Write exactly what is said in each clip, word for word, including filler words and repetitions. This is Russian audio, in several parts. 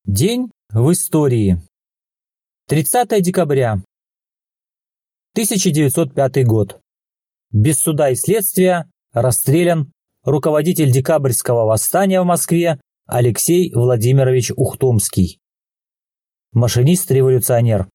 День в истории. тридцатое декабря. тысяча девятьсот пятый год. Без суда и следствия расстрелян руководитель декабрьского восстания в Москве Алексей Владимирович Ухтомский. Машинист-революционер.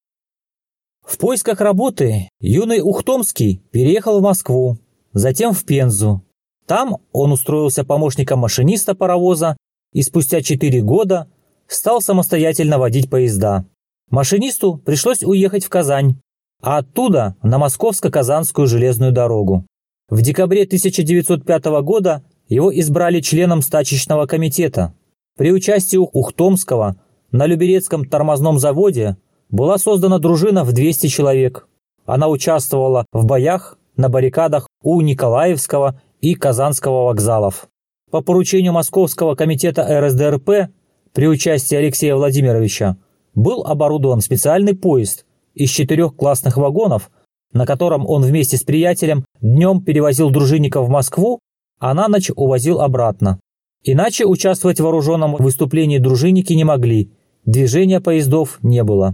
В поисках работы юный Ухтомский переехал в Москву, затем в Пензу. Там он устроился помощником машиниста паровоза и спустя четыре года стал самостоятельно водить поезда. Машинисту пришлось уехать в Казань, а оттуда на Московско-Казанскую железную дорогу. В декабре тысяча девятьсот пятого года его избрали членом стачечного комитета. При участии Ухтомского на Люберецком тормозном заводе была создана дружина в двести человек. Она участвовала в боях на баррикадах у Николаевского и Казанского вокзалов. По поручению Московского комитета эр эс дэ эр пэ при участии Алексея Владимировича был оборудован специальный поезд из четырех классных вагонов, на котором он вместе с приятелем днем перевозил дружинников в Москву, а на ночь увозил обратно. Иначе участвовать в вооруженном выступлении дружинники не могли, движения поездов не было.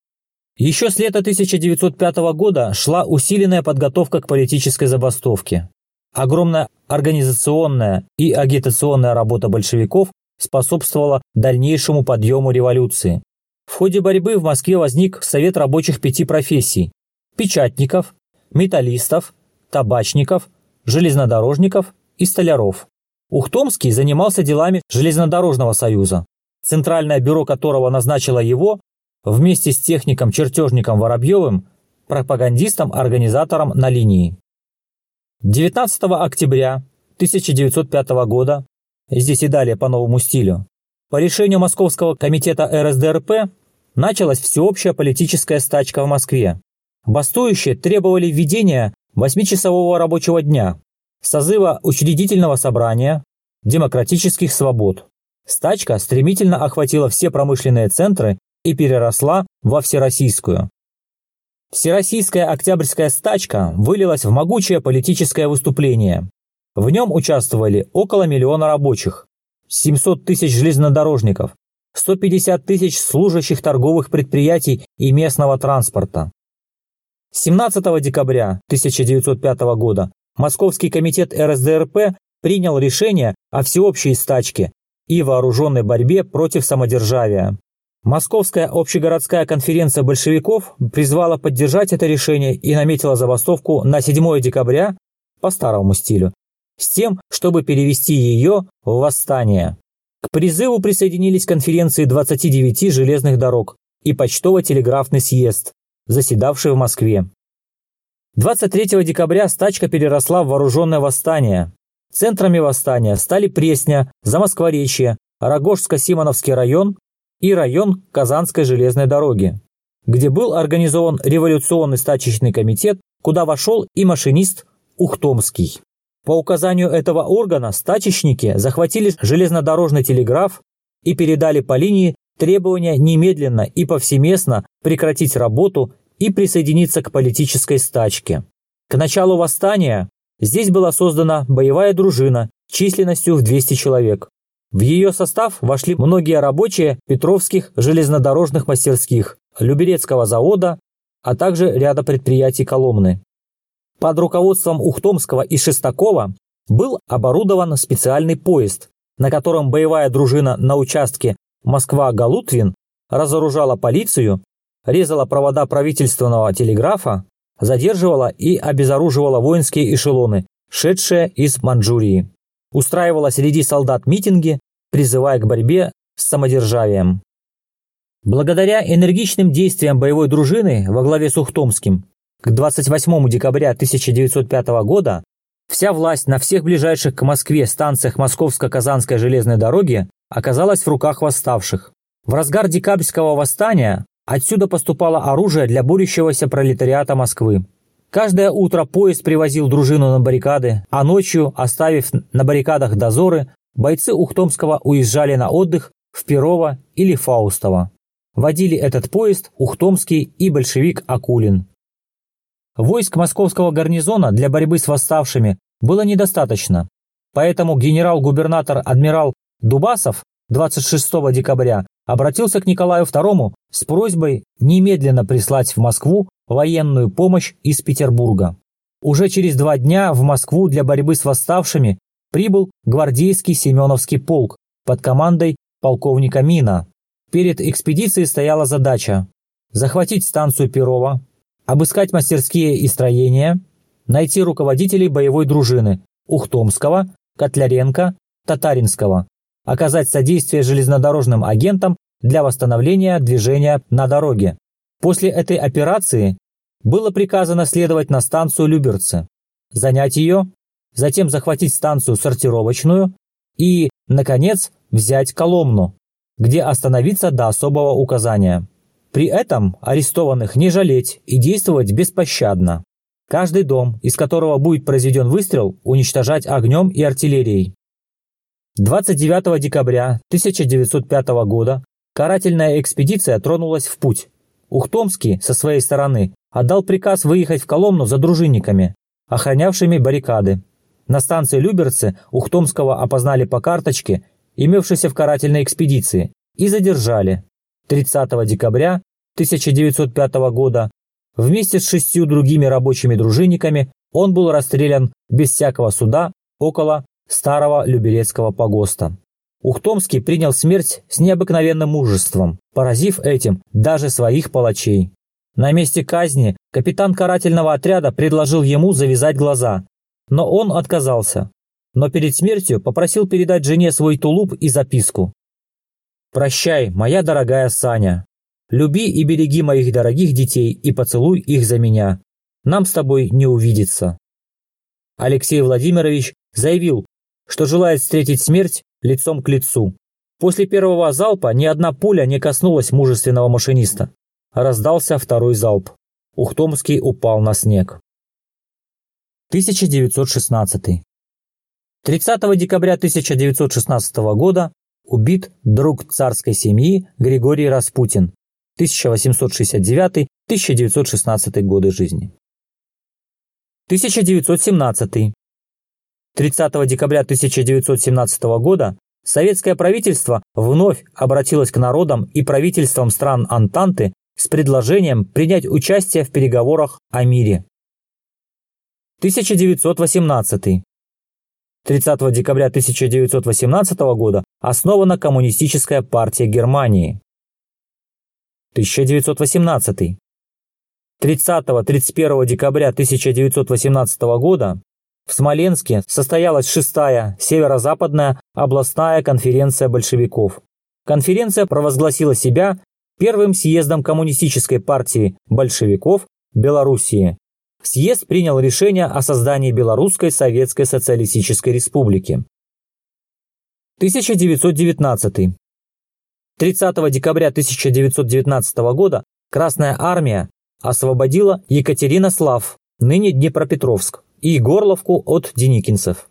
Еще с лета тысяча девятьсот пятого года шла усиленная подготовка к политической забастовке. Огромная организационная и агитационная работа большевиков способствовала дальнейшему подъему революции. В ходе борьбы в Москве возник Совет рабочих пяти профессий – печатников, металлистов, табачников, железнодорожников и столяров. Ухтомский занимался делами Железнодорожного союза, центральное бюро которого назначило его вместе с техником-чертежником Воробьевым пропагандистом-организатором на линии. девятнадцатого октября тысяча девятьсот пятого года, здесь и далее по новому стилю, по решению Московского комитета эр эс дэ эр пэ началась всеобщая политическая стачка в Москве. Бастующие требовали введения восьмичасового рабочего дня, созыва учредительного собрания, демократических свобод. Стачка стремительно охватила все промышленные центры и переросла во всероссийскую. Всероссийская октябрьская стачка вылилась в могучее политическое выступление. В нем участвовали около миллиона рабочих, семьсот тысяч железнодорожников, сто пятьдесят тысяч служащих торговых предприятий и местного транспорта. семнадцатого декабря тысяча девятьсот пятого года Московский комитет эр эс дэ эр пэ принял решение о всеобщей стачке и вооруженной борьбе против самодержавия. Московская общегородская конференция большевиков призвала поддержать это решение и наметила забастовку на седьмого декабря по старому стилю, с тем, чтобы перевести ее в восстание. К призыву присоединились конференции двадцати девяти железных дорог и почтово-телеграфный съезд, заседавший в Москве. двадцать третьего декабря стачка переросла в вооруженное восстание. Центрами восстания стали Пресня, Замоскворечье, Рогожско-Симоновский район и район Казанской железной дороги, где был организован революционный стачечный комитет, куда вошел и машинист Ухтомский. По указанию этого органа стачечники захватили железнодорожный телеграф и передали по линии требования немедленно и повсеместно прекратить работу и присоединиться к политической стачке. К началу восстания здесь была создана боевая дружина численностью в двести человек. В ее состав вошли многие рабочие Петровских железнодорожных мастерских, Люберецкого завода, а также ряда предприятий Коломны. Под руководством Ухтомского и Шестакова был оборудован специальный поезд, на котором боевая дружина на участке Москва-Галутвин разоружала полицию, резала провода правительственного телеграфа, задерживала и обезоруживала воинские эшелоны, шедшие из Манчжурии. Устраивала среди солдат митинги, призывая к борьбе с самодержавием. Благодаря энергичным действиям боевой дружины во главе с Ухтомским к двадцать восьмому декабря тысяча девятьсот пятого года вся власть на всех ближайших к Москве станциях Московско-Казанской железной дороги оказалась в руках восставших. В разгар декабрьского восстания отсюда поступало оружие для борющегося пролетариата Москвы. Каждое утро поезд привозил дружину на баррикады, а ночью, оставив на баррикадах дозоры, бойцы Ухтомского уезжали на отдых в Перово или Фаустово. Водили этот поезд Ухтомский и большевик Акулин. Войск московского гарнизона для борьбы с восставшими было недостаточно, поэтому генерал-губернатор адмирал Дубасов двадцать шестого декабря обратился к Николаю второму с просьбой немедленно прислать в Москву военную помощь из Петербурга. Уже через два дня в Москву для борьбы с восставшими прибыл гвардейский Семеновский полк под командой полковника Мина. Перед экспедицией стояла задача захватить станцию Перово, обыскать мастерские и строения, найти руководителей боевой дружины Ухтомского, Котляренко, Татаринского, оказать содействие железнодорожным агентам для восстановления движения на дороге. После этой операции было приказано следовать на станцию Люберцы, занять ее, затем захватить станцию сортировочную и, наконец, взять Коломну, где остановиться до особого указания. При этом арестованных не жалеть и действовать беспощадно. Каждый дом, из которого будет произведен выстрел, уничтожать огнем и артиллерией. двадцать девятого декабря тысяча девятьсот пятого года карательная экспедиция тронулась в путь. Ухтомский со своей стороны отдал приказ выехать в Коломну за дружинниками, охранявшими баррикады. На станции Люберцы Ухтомского опознали по карточке, имевшейся в карательной экспедиции, и задержали. тридцатого декабря тысяча девятьсот пятого года вместе с шестью другими рабочими дружинниками он был расстрелян без всякого суда около старого Люберецкого погоста. Ухтомский принял смерть с необыкновенным мужеством, поразив этим даже своих палачей. На месте казни капитан карательного отряда предложил ему завязать глаза, но он отказался. Но перед смертью попросил передать жене свой тулуп и записку. «Прощай, моя дорогая Саня. Люби и береги моих дорогих детей и поцелуй их за меня. Нам с тобой не увидеться». Алексей Владимирович заявил, что желает встретить смерть лицом к лицу. После первого залпа ни одна пуля не коснулась мужественного машиниста. Раздался второй залп. Ухтомский упал на снег. тысяча девятьсот шестнадцатый. тридцатого декабря тысяча девятьсот шестнадцатого года убит друг царской семьи Григорий Распутин, тысяча восемьсот шестьдесят девятый — тысяча девятьсот шестнадцатый годы жизни. тысяча девятьсот семнадцатый. тридцатого декабря тысяча девятьсот семнадцатого года советское правительство вновь обратилось к народам и правительствам стран Антанты с предложением принять участие в переговорах о мире. тысяча девятьсот восемнадцатый. тридцатого декабря тысяча девятьсот восемнадцатого года основана Коммунистическая партия Германии. тысяча девятьсот восемнадцатый. тридцатого — тридцать первого декабря тысяча девятьсот восемнадцатого года в Смоленске состоялась шестая Северо-Западная областная конференция большевиков. Конференция провозгласила себя первым съездом Коммунистической партии большевиков Белоруссии. Съезд принял решение о создании Белорусской Советской Социалистической Республики. тысяча девятьсот девятнадцатый. тридцатого декабря тысяча девятьсот девятнадцатого года Красная Армия освободила Екатеринослав, ныне Днепропетровск, и Горловку от деникинцев.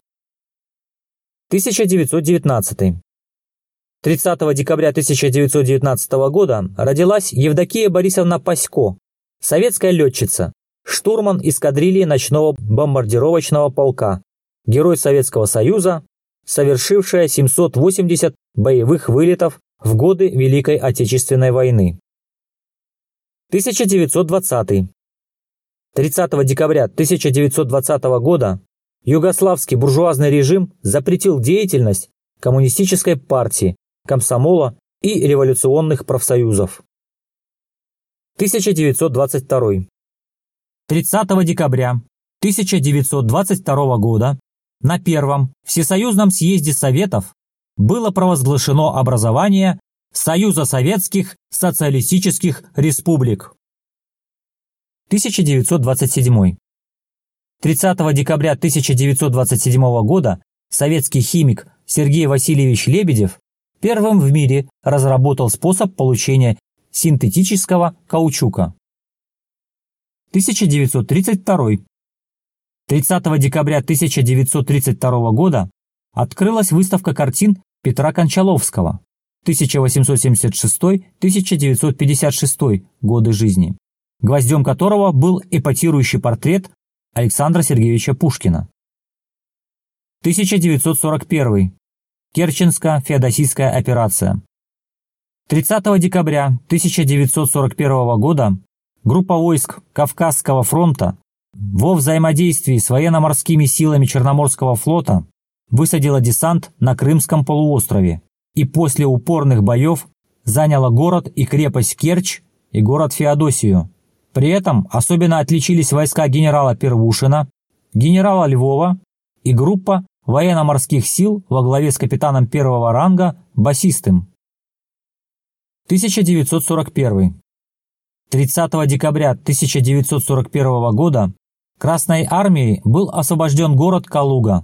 тысяча девятьсот девятнадцатый. тридцатого декабря тысяча девятьсот девятнадцатого года родилась Евдокия Борисовна Пасько, советская летчица, штурман эскадрильи ночного бомбардировочного полка, герой Советского Союза, совершившая семьсот восемьдесят боевых вылетов в годы Великой Отечественной войны. тысяча девятьсот двадцатый. тридцатого декабря тысяча девятьсот двадцатого года югославский буржуазный режим запретил деятельность Коммунистической партии, комсомола и революционных профсоюзов. тысяча девятьсот двадцать второй. тридцатого декабря тысяча девятьсот двадцать второго года на Первом Всесоюзном съезде Советов было провозглашено образование Союза Советских Социалистических Республик. тысяча девятьсот двадцать седьмой. тридцатого декабря тысяча девятьсот двадцать седьмого года советский химик Сергей Васильевич Лебедев первым в мире разработал способ получения синтетического каучука. тысяча девятьсот тридцать второй. тридцатого декабря тысяча девятьсот тридцать второго года открылась выставка картин Петра Кончаловского тысяча восемьсот семьдесят шестой — тысяча девятьсот пятьдесят шестой годы жизни, гвоздем которого был эпатирующий портрет Александра Сергеевича Пушкина. тысяча девятьсот сорок первый. Керченско-феодосийская операция. тридцатого декабря тысяча девятьсот сорок первого года группа войск Кавказского фронта во взаимодействии с военно-морскими силами Черноморского флота высадила десант на Крымском полуострове и после упорных боев заняла город и крепость Керчь и город Феодосию. При этом особенно отличились войска генерала Первушина, генерала Львова и группа военно-морских сил во главе с капитаном первого ранга Басистым. тысяча девятьсот сорок первый. тридцатого декабря тысяча девятьсот сорок первого года Красной армией был освобожден город Калуга.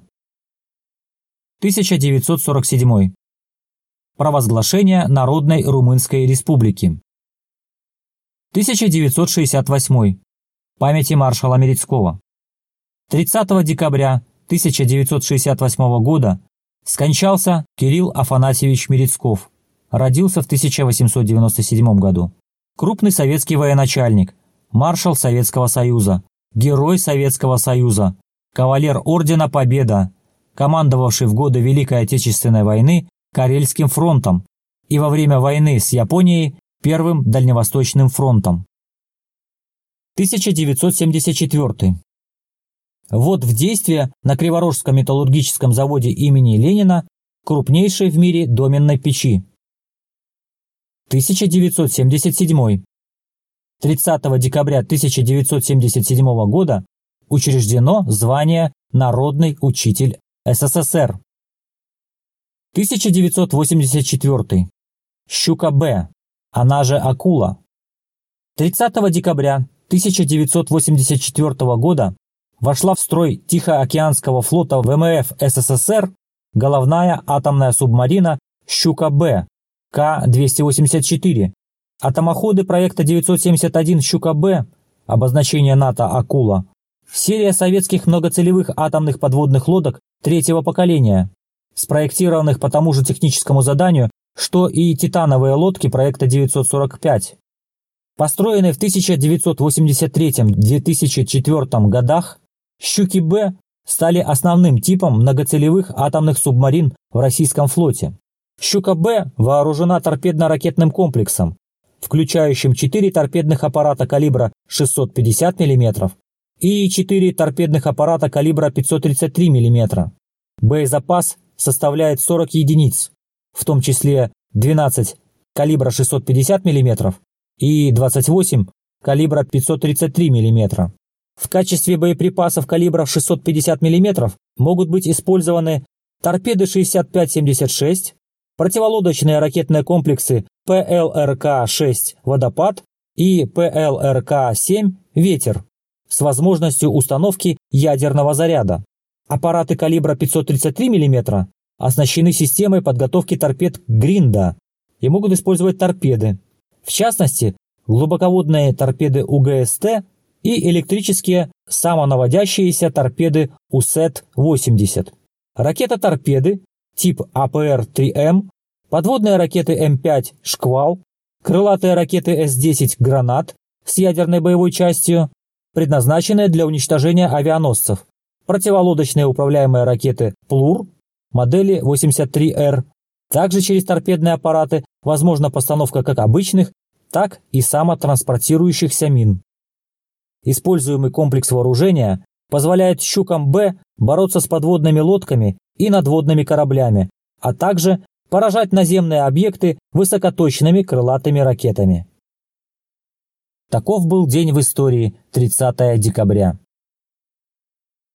тысяча девятьсот сорок седьмой. Провозглашение Народной Румынской Республики. тысяча девятьсот шестьдесят восьмой. Памяти маршала Мерецкого. тридцатого декабря тысяча девятьсот шестьдесят восьмого года скончался Кирилл Афанасьевич Мерецков. Родился в тысяча восемьсот девяносто седьмом году. Крупный советский военачальник, маршал Советского Союза, герой Советского Союза, кавалер Ордена Победа, командовавший в годы Великой Отечественной войны Карельским фронтом и во время войны с Японией Первым Дальневосточным фронтом. тысяча девятьсот семьдесят четвёртый. Ввод в действие на Криворожском металлургическом заводе имени Ленина крупнейшей в мире доменной печи. тысяча девятьсот семьдесят седьмой. тридцатого декабря тысяча девятьсот семьдесят седьмого года учреждено звание «Народный учитель СССР». тысяча девятьсот восемьдесят четвёртый. Щука-Б, она же акула. тридцатого декабря тысяча девятьсот восемьдесят четвёртого года вошла в строй Тихоокеанского флота ВМФ СССР головная атомная субмарина Щука-Б К двести восемьдесят четыре. Атомоходы проекта девятьсот семьдесят один Щука-Б, обозначение НАТО «Акула», серия советских многоцелевых атомных подводных лодок третьего поколения, спроектированных по тому же техническому заданию, что и титановые лодки проекта девятьсот сорок пять. Построенные в тысяча девятьсот восемьдесят третьем — две тысячи четвёртом годах, «Щуки-Б» стали основным типом многоцелевых атомных субмарин в российском флоте. «Щука-Б» вооружена торпедно-ракетным комплексом, включающим четыре торпедных аппарата калибра шестьсот пятьдесят миллиметров и четыре торпедных аппарата калибра пятьсот тридцать три миллиметра. Боезапас составляет сорок единиц, в том числе двенадцать калибра шестьсот пятьдесят миллиметров и двадцать восемь калибра пятьсот тридцать три миллиметра. В качестве боеприпасов калибра шестьсот пятьдесят миллиметров могут быть использованы торпеды шестьдесят пять семьдесят шесть, противолодочные ракетные комплексы П Л Р К шесть «Водопад» и П Л Р К семь «Ветер» с возможностью установки ядерного заряда. Аппараты калибра пятьсот тридцать три миллиметра оснащены системой подготовки торпед Гринда и могут использовать торпеды, в частности, глубоководные торпеды У Г С Т и электрические самонаводящиеся торпеды У С Э Т восемьдесят. Ракета-торпеды тип А П Р три М, подводные ракеты М пять «Шквал», крылатые ракеты С десять «Гранат» с ядерной боевой частью, предназначенные для уничтожения авианосцев, противолодочные управляемые ракеты «Плур» модели восемьдесят три Р. Также через торпедные аппараты возможна постановка как обычных, так и самотранспортирующихся мин. Используемый комплекс вооружения позволяет «Щукам-Б» бороться с подводными лодками и надводными кораблями, а также поражать наземные объекты высокоточными крылатыми ракетами. Таков был день в истории тридцатого декабря.